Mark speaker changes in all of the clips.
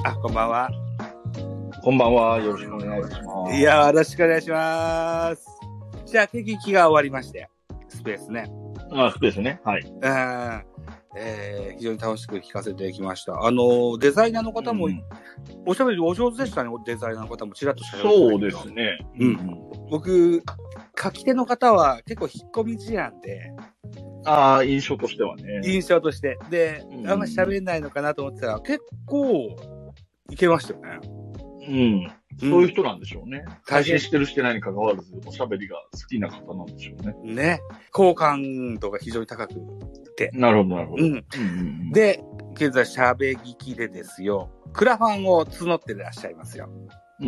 Speaker 1: こんばんは。
Speaker 2: こんばんは。よろしくお願いします。
Speaker 1: いや、よろしくお願いします。じゃあ、景気が終わりまして、スペースね。
Speaker 2: スペースね。はい。
Speaker 1: 非常に楽しく聞かせていただきました。デザイナーの方も、おしゃべりお上手でしたね、デザイナーの方もちらっとしゃべって。
Speaker 2: そうですね。
Speaker 1: 僕、書き手の方は結構引っ込み思案で、
Speaker 2: 印象としてはね。
Speaker 1: 印象として。で、あんまり喋れないのかなと思ってたら、結構、いけましたよね。
Speaker 2: そういう人なんでしょうね。配信してるしてないに関わらず、おしゃべりが好きな方なんでしょうね。
Speaker 1: ね。好感度が非常に高くて。
Speaker 2: なるほど、なるほど。
Speaker 1: で、現在喋りきでですよ、クラファンを募ってらっしゃいますよ。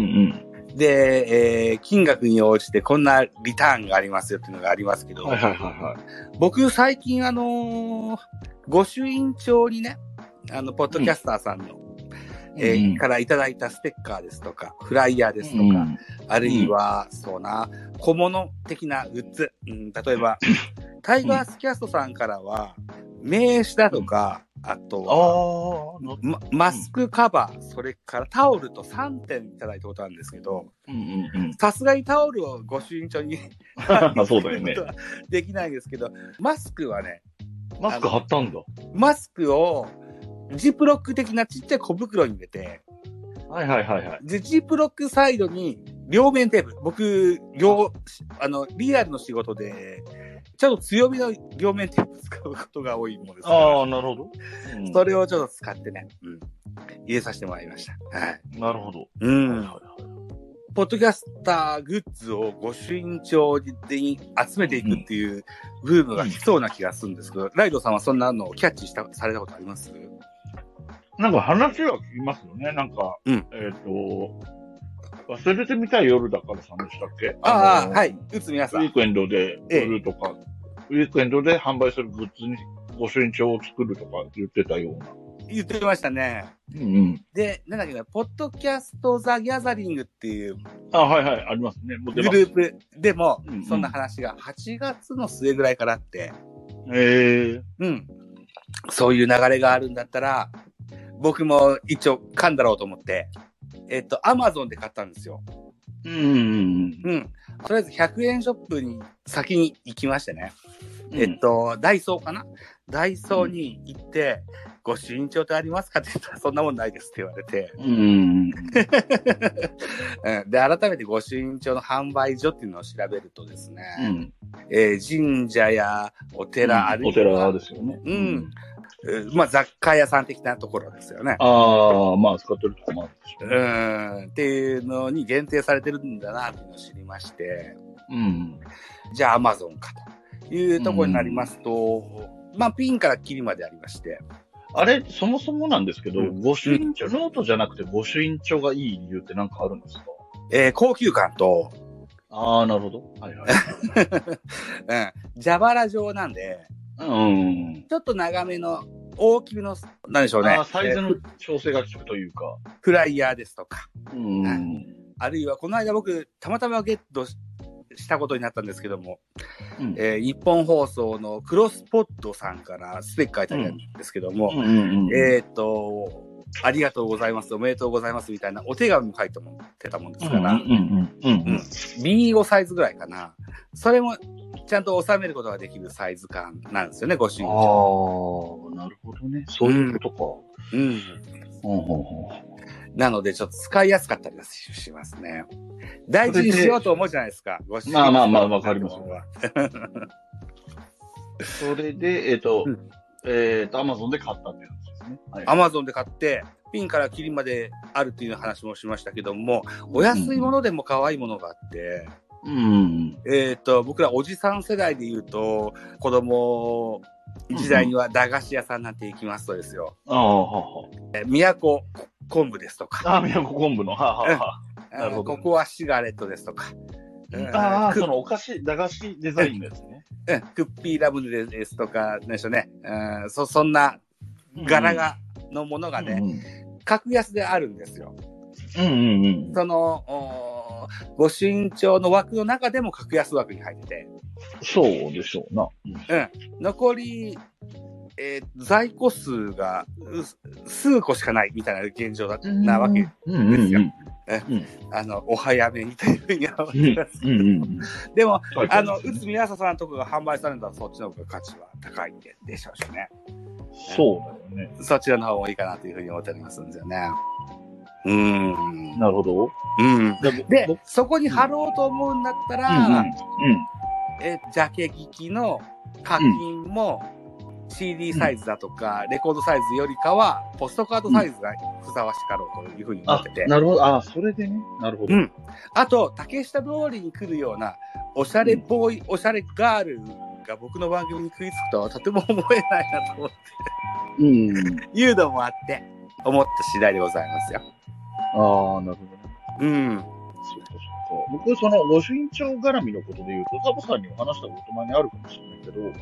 Speaker 1: で、金額に応じてこんなリターンがありますよっていうのがありますけど、僕最近御朱印帳にね、ポッドキャスターさんの、からいただいたステッカーですとか、フライヤーですとか、あるいは、そうな、小物的なグッズ、例えば、タイガースキャストさんからは、名刺だとか、あとは、マスクカバー、それからタオルと3点いただいたことあるんですけど、さすがにタオルを御朱印帳に
Speaker 2: そうだよね。
Speaker 1: できないんですけど、マスクはね、
Speaker 2: マスク貼ったんだ。
Speaker 1: マスクを、ジップロック的なちっちゃい小袋に入れて、で、ジップロックサイドに両面テープ。僕、リアルの仕事で、ちょっと強めの両面テープ使うことが多いものですから。
Speaker 2: なるほど。
Speaker 1: それをちょっと使ってね、入れさせてもらいました。はい。
Speaker 2: なるほど。
Speaker 1: ポッドキャスターグッズを御朱印帳に集めていくっていうブームが来そうな気がするんですけど、ライドさんはそんなのをキャッチされたことあります？
Speaker 2: なんか話は聞きますよね。なんか、忘れてみたい夜だからさんでしたっけ？
Speaker 1: はい。打つ皆さん。
Speaker 2: ウィークエンドで売るとか、ウィークエンドで販売するグッズに御朱印帳を作るとか言ってたような。
Speaker 1: 言ってましたね。で、なんだっけな、ポッドキャストザギャザリングっていう。
Speaker 2: ありますね。
Speaker 1: グループでも、そんな話が8月の末ぐらいからあって。そういう流れがあるんだったら、僕も一応噛んだろうと思って、アマゾンで買ったんですよ。とりあえず100円ショップに先に行きましてね。ダイソーかな？ダイソーに行って、御朱印帳ってありますかって言ったらそんなもんないですって言われて。で、改めて御朱印帳の販売所っていうのを調べるとですね、神社やお寺、あるいは、
Speaker 2: お寺ですよね。
Speaker 1: 雑貨屋さん的なところですよね。
Speaker 2: 使ってるとこもあるでしょうね。
Speaker 1: っていうのに限定されてるんだなっていうのを知りまして、じゃあ Amazon かというところになりますと、ピンからキリまでありまして。
Speaker 2: あれ、そもそもなんですけど、御朱印帳、ノートじゃなくて御朱印帳がいい理由って何かあるんですか？
Speaker 1: 高級感と、
Speaker 2: なるほど。
Speaker 1: 蛇腹状なんで、ちょっと長めの、大きめの、なんでしょうね。
Speaker 2: サイズの調整が効くというか。
Speaker 1: フライヤーですとか。あるいは、この間僕、たまたまゲットしたことになったんですけども、日本放送のクロスポッドさんからステッカーいただいたんですけども、ありがとうございます、おめでとうございますみたいなお手紙も書いてもってたもんですから、B5 サイズぐらいかな。それもちゃんと収めることができるサイズ感なんですよね、御朱印帳。
Speaker 2: なるほどね。そういうことか。
Speaker 1: なので、ちょっと使いやすかったりしますね。大事にしようと思うじゃないですか、御朱印帳。
Speaker 2: わかります。それで、アマゾンで買ったってやつですね。
Speaker 1: アマゾンで買って、ピンからキリまであるっていう話もしましたけども、お安いものでも可愛いものがあって、僕らおじさん世代で言うと、子供時代には駄菓子屋さんなんて行きますとですよ。宮古昆布ですとか。
Speaker 2: 宮古昆布の。
Speaker 1: ここはシガレットですとか。
Speaker 2: その駄菓子デザインですね。
Speaker 1: クッピーラブですとか、なんでしょうね。そんな柄のものがね、格安であるんですよ。その、御朱印帳の枠の中でも格安枠に入ってて。
Speaker 2: そうでしょうな。
Speaker 1: 残り、 在庫数が数個しかないみたいな現状なわけですよ。お早めにというふうに思ってます。でも、内海朝さんとかが販売されたらそっちの方が価値は高いんでしょうしね。
Speaker 2: そうだよね。
Speaker 1: そちらの方がいいかなというふうに思っておりますんですよね。
Speaker 2: なるほど。
Speaker 1: で、そこに貼ろうと思うんだったら、ジャケ聞きの課金も CD サイズだとか、レコードサイズよりかは、ポストカードサイズがふさわしかろうというふうに思ってて。
Speaker 2: なるほど。それでね。なるほど。
Speaker 1: あと、竹下通りに来るような、おしゃれボーイ、おしゃれガールが僕の番組に食いつくとはとても思えないなと思って。いうのもあって、思った次第でございますよ。
Speaker 2: なるほどね。そうか。僕、その、御朱印帳絡みのことで言うと、サボさんにも話したこと前にあるかもしれないけど、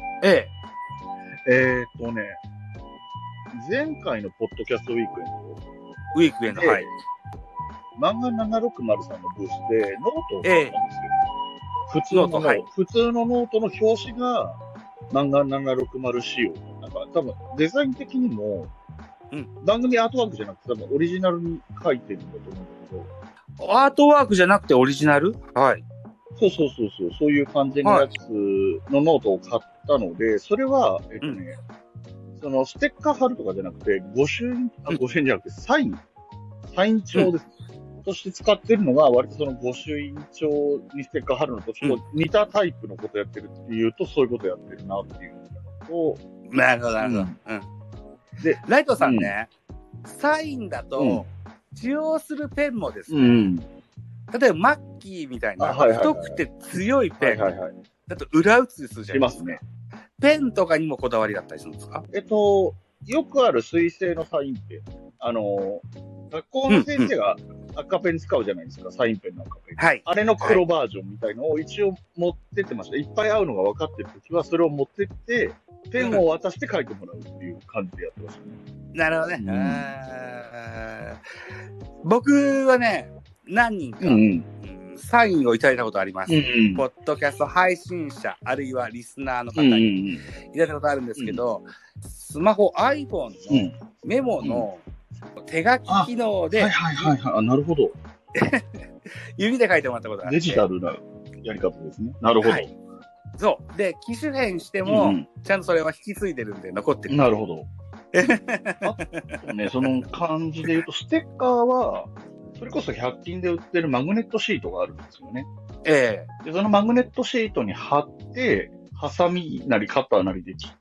Speaker 2: 前回のポッドキャストウィークエンド。はい。漫画760さんのブースでノートを買ったんですよ。普通のノートの表紙が漫画760仕様。なんか多分デザイン的にも、番組アートワークじゃなくて多分オリジナルに書いてるんだと思うんだけど。
Speaker 1: アートワークじゃなくてオリジナル？はい。
Speaker 2: そういう感じのやつのノートを買ったので、それは、そのステッカー貼るとかじゃなくて、御朱印じゃなくてサイン帳です。として使ってるのが、割とその御朱印帳にステッカー貼るのとちょっと似たタイプのことやってるっていうと、そういうことやってるなっていうのと。
Speaker 1: なるほど。で、ライトさんね、サインだと、使用するペンもですね、例えばマッキーみたいな、太くて強いペンだと裏写りするじゃないですか。しますね。ペンとかにもこだわりだったりするんですか？
Speaker 2: よくある水性のサインペン。学校の先生が赤ペン使うじゃないですか、サインペンの赤ペン。はい。あれの黒バージョンみたいのを一応持ってってました。いっぱい合うのが分かってるときは、それを持ってって、ペンを渡して書いてもらうっていう感じでやってましたね。なるほど
Speaker 1: ね。僕はね、何人か、サインをいただいたことあります。ポッドキャスト配信者、あるいはリスナーの方にいただいたことあるんですけど、スマホ iPhone のメモの手書き機能で、
Speaker 2: なるほど。
Speaker 1: 指で書いてもらったことがある。
Speaker 2: デジタルなやり方ですね。なるほど。
Speaker 1: そう。で、機種変しても、ちゃんとそれは引き継いでるんで残ってる。
Speaker 2: なるほど。あとね、その感じで言うと、ステッカーは、それこそ100均で売ってるマグネットシートがあるんですよね。で、そのマグネットシートに貼って、ハサミなりカッターなりで切って、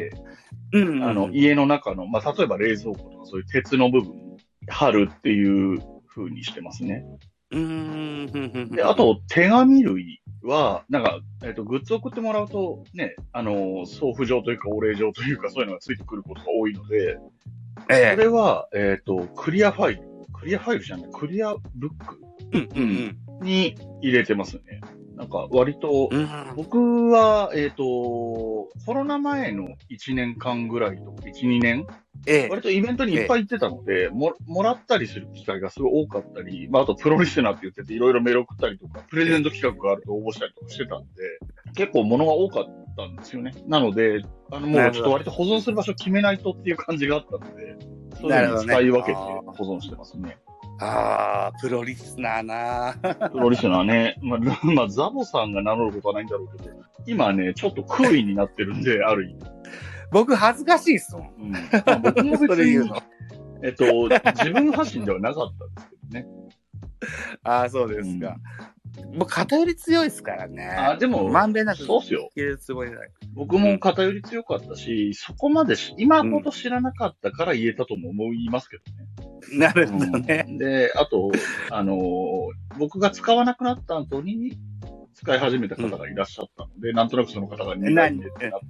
Speaker 2: 家の中の、例えば冷蔵庫とかそういう鉄の部分貼るっていう風にしてますね。で、あと、手紙類は、なんか、グッズ送ってもらうと、ね、送付状というか、お礼状というか、そういうのがついてくることが多いので、それは、クリアファイルじゃない、クリアブックに入れてますね。なんか、割と、僕は、コロナ前の1年間ぐらいとか、1、2年割とイベントにいっぱい行ってたので、もらったりする機会がすごい多かったり、あとプロリスナーって言ってていろいろメール送ったりとか、プレゼント企画があると応募したりとかしてたんで、結構物が多かったんですよね。なので、もうちょっと割と保存する場所決めないとっていう感じがあったので、そういうのに使い分けて保存してますね。
Speaker 1: プロリスナーな
Speaker 2: プロリスナーね。ザボさんが名乗ることはないんだろうけど、今ね、ちょっと空位になってるんで、ある意味。
Speaker 1: 僕恥ずかしいっすもん。
Speaker 2: 僕も別に、自分発信ではなかったんですけどね。
Speaker 1: そうですか。僕、偏り強いですからね。
Speaker 2: でも、
Speaker 1: まんべんなく
Speaker 2: そうっすよ。
Speaker 1: つもりない。
Speaker 2: 僕も偏り強かったし、そこまで今ほど知らなかったから言えたとも思いますけど
Speaker 1: ね。なるほどね。
Speaker 2: で、あと、僕が使わなくなった後に、使い始めた方がいらっしゃったので、なんとなくその方が2代目ってなって、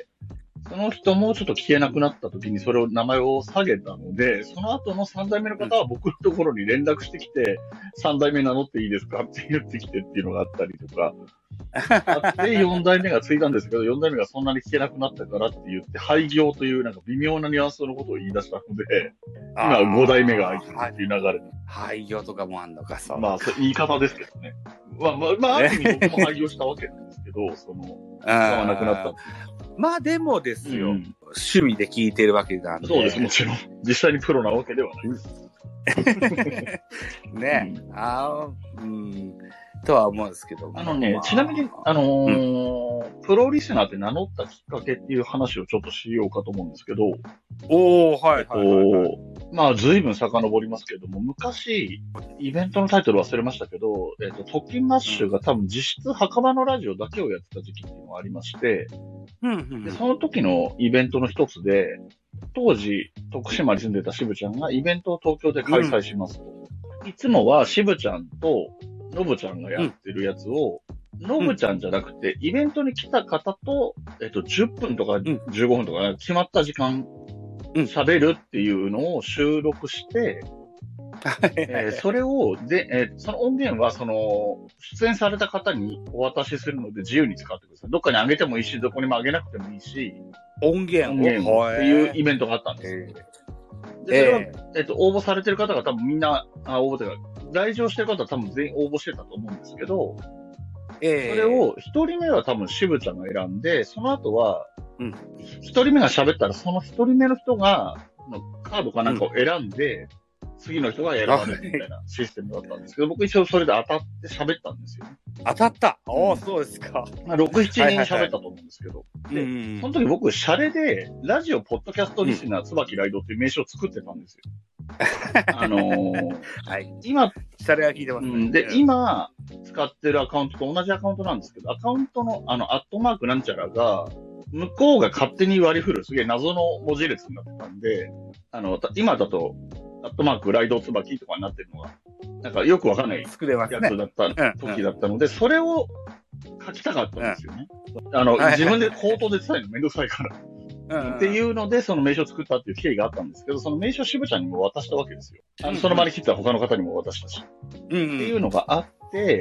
Speaker 2: その人もちょっと消えなくなった時にそれを名前を下げたので、その後の3代目の方は僕のところに連絡してきて、3代目名乗っていいですかって言ってきてっていうのがあったりとか、 あって4代目が継いだんですけど、4代目がそんなに聞けなくなったからって言って、廃業というなんか微妙なニュアンスのことを言い出したので、今5代目が空いてるっていう流れに。
Speaker 1: 廃業とかもあんのか、そう。
Speaker 2: まあ、言い方ですけどね。まあ、ある意味僕も廃業したわけなんですけど、使わなくなったっていう。
Speaker 1: まあでもですよ、趣味で聞いてるわけなんで。
Speaker 2: そうです、もちろん。実際にプロなわけではないです。
Speaker 1: ね、とは思うんですけど。
Speaker 2: ちなみに、プロリスナーって名乗ったきっかけっていう話をちょっとしようかと思うんですけど。まあ、随分遡りますけども、昔、イベントのタイトル忘れましたけど、特勤マッシュが多分実質墓場のラジオだけをやってた時期っていうのがありまして、でその時のイベントの一つで、当時、徳島に住んでた渋ちゃんがイベントを東京で開催しますと。いつもは渋ちゃんとノブちゃんがやってるやつを、ノブちゃんじゃなくて、イベントに来た方と、10分とか15分とか、決まった時間、喋るっていうのを収録して、それを、その音源は、出演された方にお渡しするので自由に使ってください。どっかにあげてもいいし、どこにもあげなくてもいいし、
Speaker 1: 音源
Speaker 2: っていうイベントがあったんですよ。で、それは、応募されてる方が多分みんな、応募というか、来場してる方は多分全員応募してたと思うんですけど、それを、一人目は多分渋ちゃんが選んで、その後は、一人目が喋ったら、その一人目の人が、カードかなんかを選んで、次の人が選ばれるみたいなシステムだったんですけど、僕一応それで当たって喋ったんですよ。
Speaker 1: 当たった、そうですか。
Speaker 2: 6、7人喋ったと思うんですけど。で、その時僕、シャレで、ラジオポッドキャストリスナー椿ライドっていう名称を作ってたんですよ。今、
Speaker 1: シャレは聞いてますね。
Speaker 2: で、今、使ってるアカウントと同じアカウントなんですけど、アカウントの、アットマークなんちゃらが、向こうが勝手に割り振る、すげえ謎の文字列になってたんで、今だと、アットマーク、ライドツバキとかになってるのが、なんかよくわかんないやつだった時だったので、それを書きたかったんですよね。自分で口頭で伝えるのめんどくさいから。っていうので、その名称を作ったっていう経緯があったんですけど、その名称渋ちゃんにも渡したわけですよ。その場に来た他の方にも渡したし。っていうのがあって、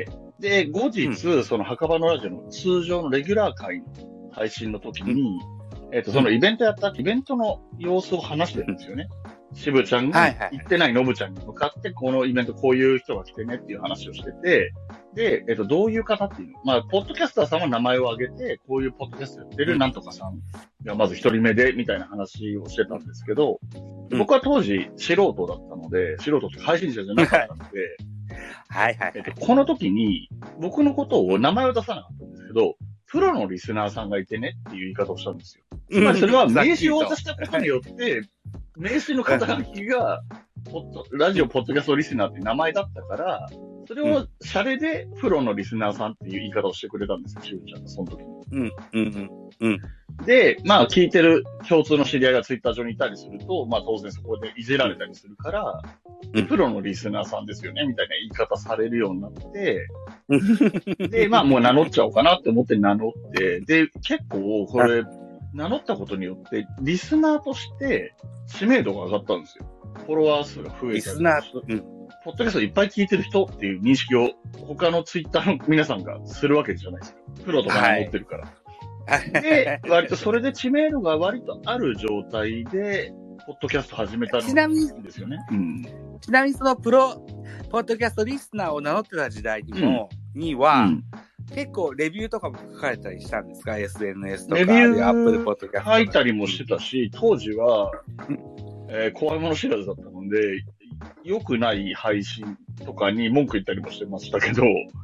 Speaker 2: で、後日、その墓場のラジオの通常のレギュラー会の配信の時に、そのイベントの様子を話してるんですよね。渋ちゃんが行ってないノブちゃんに向かって、このイベントこういう人が来てねっていう話をしてて、で、どういう方っていうの、まあ、ポッドキャスターさんは名前を挙げて、こういうポッドキャストやってるなんとかさんがまず一人目で、みたいな話をしてたんですけど、僕は当時素人だったので、素人って配信者じゃなかったので、この時に僕のことを名前を出さなかったんですけど、プロのリスナーさんがいてねっていう言い方をしたんですよ。つまりそれは名刺を渡したことによって、名刺の肩書きが、ラジオポッドキャストリスナーって名前だったから、それをシャレでプロのリスナーさんっていう言い方をしてくれたんですよ、しゅうちゃんがその時に。で、まあ聞いてる共通の知り合いがツイッター上にいたりすると、まあ当然そこでいじられたりするから、プロのリスナーさんですよね、みたいな言い方されるようになって、で、まあもう名乗っちゃおうかなって思って名乗って、で、結構これ、名乗ったことによって、リスナーとして知名度が上がったんですよ。フォロワー数が増えた。
Speaker 1: リスナーと、
Speaker 2: ポッドキャストいっぱい聞いてる人っていう認識を他のツイッターの皆さんがするわけじゃないですか。プロとか名乗ってるから。で、割とそれで知名度が割とある状態で、ポッドキャスト始めたんですよね。
Speaker 1: ちなみにそのプロ、ポッドキャストリスナーを名乗ってた時代には、結構レビューとかも書かれたりしたんですか？ SNS とか。
Speaker 2: レビュー書いたりもしてたし、当時は、怖いもの知らずだったので、良くない配信とかに文句言ったりもしてましたけど、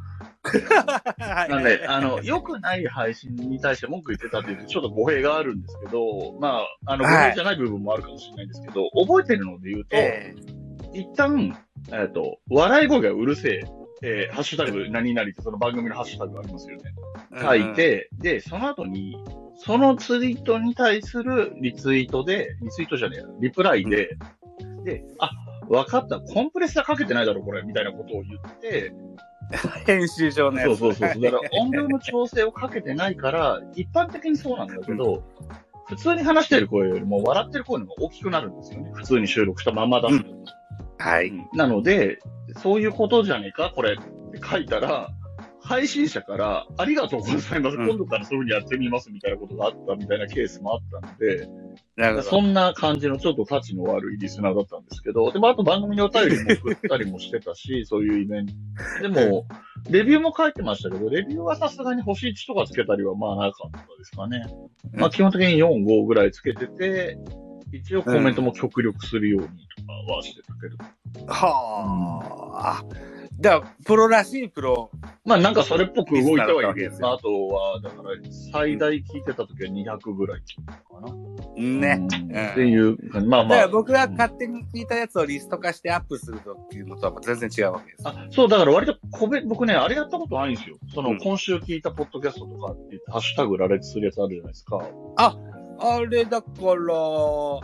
Speaker 2: なんで、良くない配信に対して文句言ってたっていうと、ちょっと語弊があるんですけど、まあ、語弊じゃない部分もあるかもしれないんですけど、覚えてるので言うと、一旦、笑い声がうるせえ、ハッシュタグ何々ってその番組のハッシュタグがありますよね。書いて、で、その後に、そのツイートに対するリツイートじゃねえや、リプライで、で、わかった、コンプレッサーかけてないだろ、これ、みたいなことを言って、
Speaker 1: 編集上のやつ。
Speaker 2: そう。だから音量の調整をかけてないから、一般的にそうなんだけど、普通に話してる声よりも笑ってる声の方が大きくなるんですよね。普通に収録したまま出すと。なので、そういうことじゃねえかこれって書いたら、 配信者から、ありがとうございます。今度からそういう風にやってみますみたいなことがあったみたいなケースもあったので、そんな感じのちょっとタチの悪いリスナーだったんですけど、でもあと番組にお便りも送ったりもしてたし、そういうイベント。でも、レビューも書いてましたけど、レビューはさすがに星1とかつけたりはまあなかったですかね。まあ基本的に4、5ぐらいつけてて、一応コメントも極力するようにとかはしてたけど。
Speaker 1: はあ。だから、プロらしいプロ。
Speaker 2: まあなんかそれっぽく動いてはいるけど、あとは、だから最大聞いてた時は200ぐらい聞いたのかな。
Speaker 1: ね。
Speaker 2: っていう感じ。まあまあ。
Speaker 1: だから僕が勝手に聞いたやつをリスト化してアップするとっていうのとは全然違うわけです。
Speaker 2: そう、だから割と僕ね、あれやったことないんですよ。今週聞いたポッドキャストとかって言って、ハッシュタグ羅列するやつあるじゃないですか。
Speaker 1: あれだから、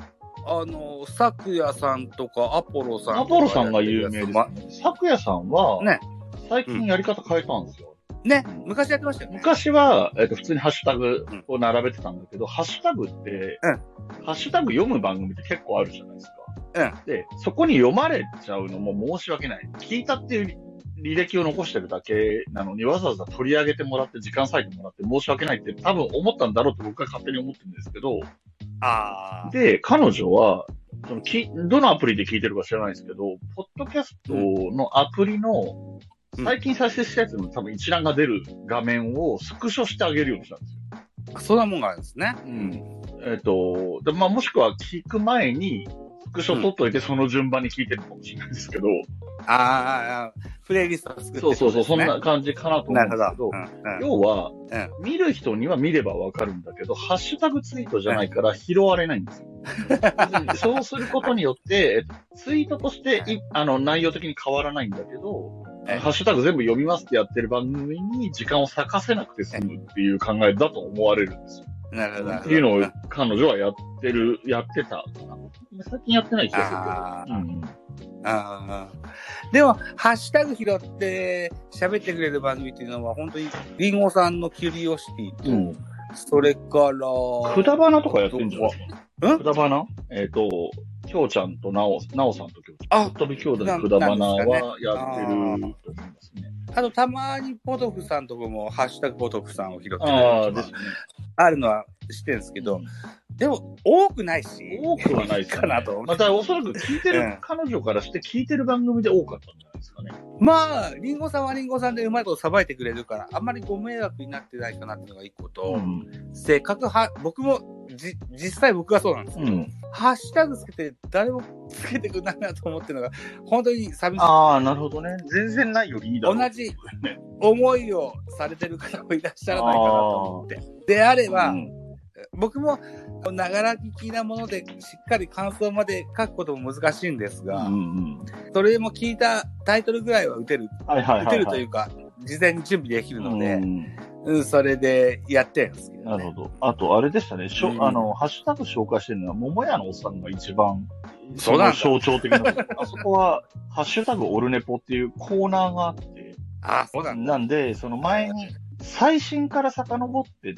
Speaker 1: 咲夜さんとかアポロさんとか。
Speaker 2: アポロさんが有名ですね。咲夜さんは、ね、最近やり方変えたんですよ。
Speaker 1: ね、昔やってましたよね。
Speaker 2: 昔は、普通にハッシュタグを並べてたんだけど、ハッシュタグって、ハッシュタグ読む番組って結構あるじゃないですか。で、そこに読まれちゃうのも申し訳ない。聞いたっていう履歴を残してるだけなのに、わざわざ取り上げてもらって、時間割いてもらって申し訳ないって多分思ったんだろうと僕は勝手に思ってるんですけど、で、彼女は、どのアプリで聞いてるか知らないですけど、ポッドキャストのアプリの、最近再生したやつの多分一覧が出る画面をスクショしてあげるようにしたんですよ。
Speaker 1: そんなもんがあるんですね。
Speaker 2: まあ、もしくは聞く前に、スクショ取っといてその順番に聞いてるかもしれないですけど。
Speaker 1: プレイリストを作って、
Speaker 2: そう、そんな感じかなと思うんですけど、要は、見る人には見ればわかるんだけど、ハッシュタグツイートじゃないから拾われないんですよ。そうすることによって、ツイートとして、内容的に変わらないんだけど、ハッシュタグ全部読みますってやってる番組に時間を割かせなくて済むっていう考えだと思われるんですよ。
Speaker 1: なるほど。
Speaker 2: っていうのを彼女はやってたかな。最近やってない気がするけど。
Speaker 1: でも、ハッシュタグ拾って喋ってくれる番組っていうのは、本当にリンゴさんのキュリオシティと、それから、
Speaker 2: くだばなとかやってんじゃないですか。くだばなきょうちゃんとなおさんときょうちゃん。飛び兄弟のくだばなはやってると思いますね。
Speaker 1: あと、たまにポトフさんとかも、ハッシュタグポトフさんを拾ってるあるのは知ってるんですけど、でも、多くないし。
Speaker 2: 多くはないかなと。また、おそらく聞いてる、彼女からして聞いてる番組で多かったんじゃないですかね。
Speaker 1: まあ、リンゴさんはリンゴさんでうまいことさばいてくれるから、あんまりご迷惑になってないかなっていうのが一個と、せっかく僕も、実際僕はそうなんですけど、ハッシュタグつけて誰もつけてくれないなと思ってるのが、本当に寂しい。
Speaker 2: なるほどね。全然ないよりいいだろう。
Speaker 1: 同じ思いをされてる方もいらっしゃらないかなと思って。であれば、僕も、ながら聞きなもので、しっかり感想まで書くことも難しいんですが、それも聞いたタイトルぐらいは打てる。打てるというか、事前に準備できるので、それでやってるんですけど、
Speaker 2: なるほど。あと、あれでしたね。ハッシュタグ紹介してるのは、桃屋のおっさんが一番、その象徴的な。あそこは、ハッシュタグオルネポっていうコーナーがあって、
Speaker 1: そうなんだ。
Speaker 2: なんで、その前に、最新から遡ってって、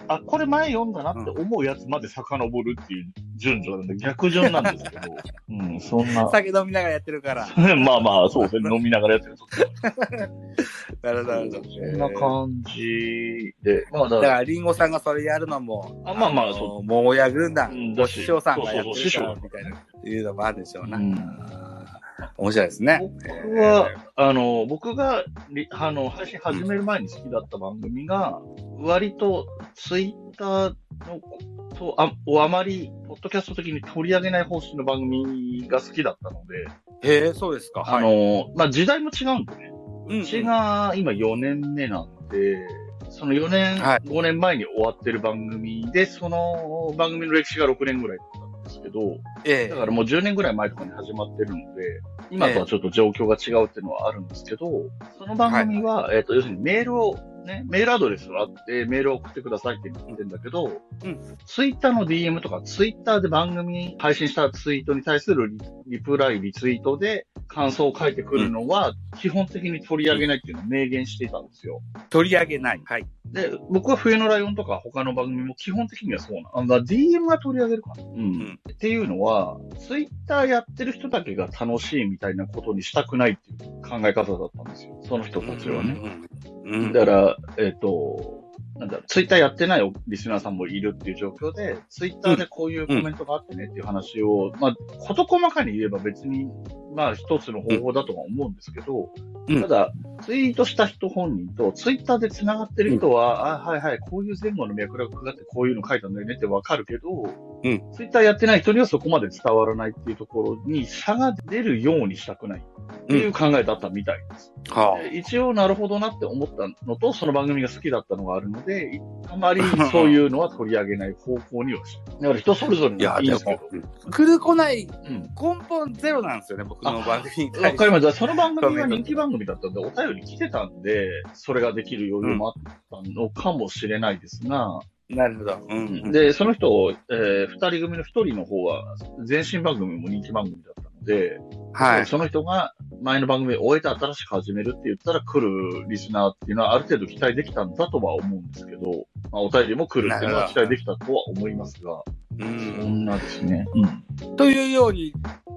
Speaker 2: これ前読んだなって思うやつまで遡るっていう順序なんで、逆順なんですけど、そんな。
Speaker 1: 酒飲みながらやってるから。
Speaker 2: まあまあ、そうですね、飲みながらやってる。
Speaker 1: なるほど。
Speaker 2: そんな感じで。
Speaker 1: だから、リンゴさんがそれやるのも、
Speaker 2: まあまあ、そう。
Speaker 1: もう親軍団、お師匠さんがやってるから、みたいな、いうのもあるでしょうな。面白いですね。
Speaker 2: 僕が、配信始める前に好きだった番組が、割とツイッターをあまり、ポッドキャスト的に取り上げない方針の番組が好きだったの
Speaker 1: で。そうですか。
Speaker 2: まあ、時代も違うんでね。うちが今4年目なんで、その4年、5年前に終わってる番組で、その番組の歴史が6年ぐらいだったんですけど、だからもう10年ぐらい前とかに始まってるので、今とはちょっと状況が違うっていうのはあるんですけど、その番組は、要するにメールアドレスがあって、メールを送ってくださいって言ってるんだけど、ツイッターの DM とか、ツイッターで番組配信したツイートに対するリプライ、リツイートで感想を書いてくるのは、基本的に取り上げないっていうのを明言していたんですよ。
Speaker 1: 取り上げない。
Speaker 2: で、僕は冬のライオンとか他の番組も基本的にはそうなの。DM が取り上げるかな。っていうのは、ツイッターやってる人だけが楽しいみたいなことにしたくないっていう考え方だったんですよ。その人たちはね。 だから、ツイッターやってないリスナーさんもいるっていう状況で、ツイッターでこういうコメントがあってねっていう話を、まあ、事細かに言えば別に、まあ一つの方法だとは思うんですけど、ただ、ツイートした人本人とツイッターで繋がってる人は、はいはい、こういう前後の脈絡があってこういうの書いたんだよねってわかるけど、ツイッターやってない人にはそこまで伝わらないっていうところに差が出るようにしたくないっていう考えだったみたいです。一応なるほどなって思ったのと、その番組が好きだったのがあるので、あまりそういうのは取り上げない方向にはして。だから人それぞれいいんですけど。
Speaker 1: 来る来ない、根本ゼロなんですよね、僕の番組に対して。
Speaker 2: わかりました。その番組は人気番組だったんで、お便り来てたんで、それができる余裕もあったのかもしれないですが、
Speaker 1: なるほど。
Speaker 2: で、その人、二人組の一人の方は、前身番組も人気番組だったので、はい。その人が前の番組を終えて新しく始めるって言ったら来るリスナーっていうのはある程度期待できたんだとは思うんですけど、まあ、お便りも来るっていうのは期待できたとは思いますが、そんなですね。
Speaker 1: というように、